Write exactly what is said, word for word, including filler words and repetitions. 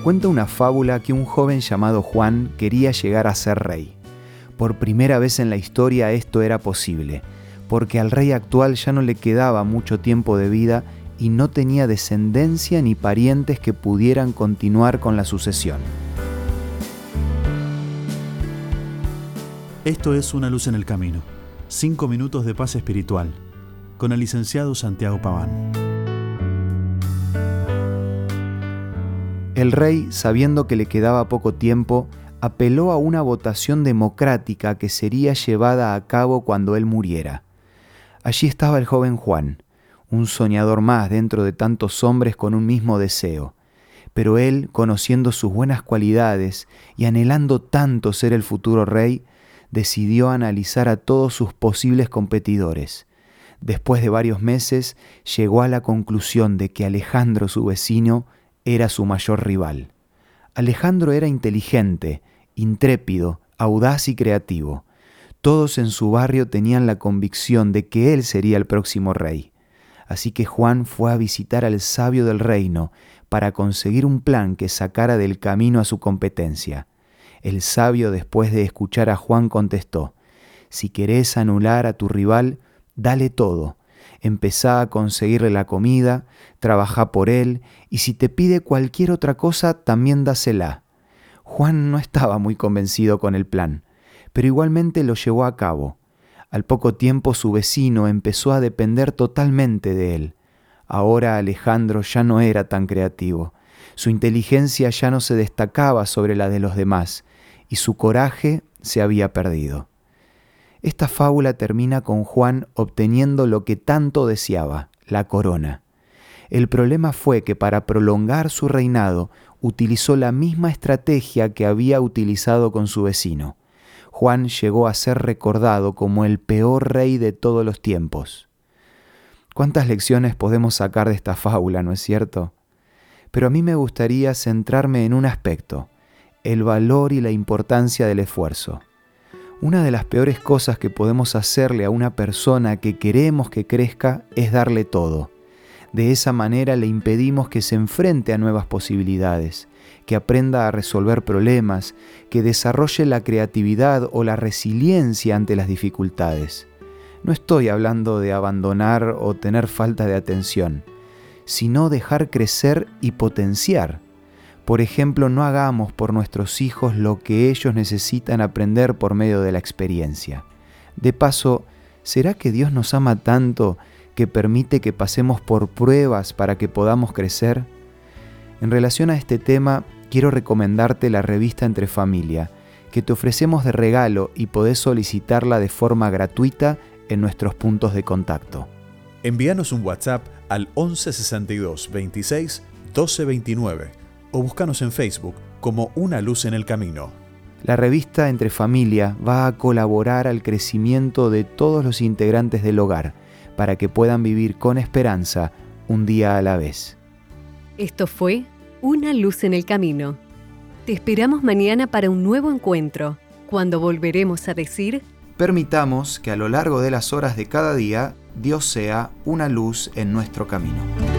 Cuenta una fábula que un joven llamado Juan quería llegar a ser rey. Por primera vez en la historia esto era posible, porque al rey actual ya no le quedaba mucho tiempo de vida y no tenía descendencia ni parientes que pudieran continuar con la sucesión. Esto es Una luz en el camino. Cinco minutos de paz espiritual, con el licenciado Santiago Paván. El rey, sabiendo que le quedaba poco tiempo, apeló a una votación democrática que sería llevada a cabo cuando él muriera. Allí estaba el joven Juan, un soñador más dentro de tantos hombres con un mismo deseo. Pero él, conociendo sus buenas cualidades y anhelando tanto ser el futuro rey, decidió analizar a todos sus posibles competidores. Después de varios meses, llegó a la conclusión de que Alejandro, su vecino, era su mayor rival. Alejandro era inteligente, intrépido, audaz y creativo. Todos en su barrio tenían la convicción de que él sería el próximo rey. Así que Juan fue a visitar al sabio del reino para conseguir un plan que sacara del camino a su competencia. El sabio, después de escuchar a Juan, contestó: «Si querés anular a tu rival, dale todo. Empezá a conseguirle la comida, trabajá por él, y si te pide cualquier otra cosa, también dásela». Juan no estaba muy convencido con el plan, pero igualmente lo llevó a cabo. Al poco tiempo su vecino empezó a depender totalmente de él. Ahora Alejandro ya no era tan creativo. Su inteligencia ya no se destacaba sobre la de los demás, y su coraje se había perdido. Esta fábula termina con Juan obteniendo lo que tanto deseaba, la corona. El problema fue que para prolongar su reinado utilizó la misma estrategia que había utilizado con su vecino. Juan llegó a ser recordado como el peor rey de todos los tiempos. ¿Cuántas lecciones podemos sacar de esta fábula, no es cierto? Pero a mí me gustaría centrarme en un aspecto: el valor y la importancia del esfuerzo. Una de las peores cosas que podemos hacerle a una persona que queremos que crezca es darle todo. De esa manera le impedimos que se enfrente a nuevas posibilidades, que aprenda a resolver problemas, que desarrolle la creatividad o la resiliencia ante las dificultades. No estoy hablando de abandonar o tener falta de atención, sino dejar crecer y potenciar. Por ejemplo, no hagamos por nuestros hijos lo que ellos necesitan aprender por medio de la experiencia. De paso, ¿será que Dios nos ama tanto que permite que pasemos por pruebas para que podamos crecer? En relación a este tema, quiero recomendarte la revista Entre Familia, que te ofrecemos de regalo y podés solicitarla de forma gratuita en nuestros puntos de contacto. Envíanos un WhatsApp al once sesenta y dos veintiséis doce veintinueve o búscanos en Facebook como Una luz en el camino. La revista Entre Familia va a colaborar al crecimiento de todos los integrantes del hogar para que puedan vivir con esperanza un día a la vez. Esto fue Una luz en el camino. Te esperamos mañana para un nuevo encuentro, cuando volveremos a decir: permitamos que a lo largo de las horas de cada día Dios sea una luz en nuestro camino.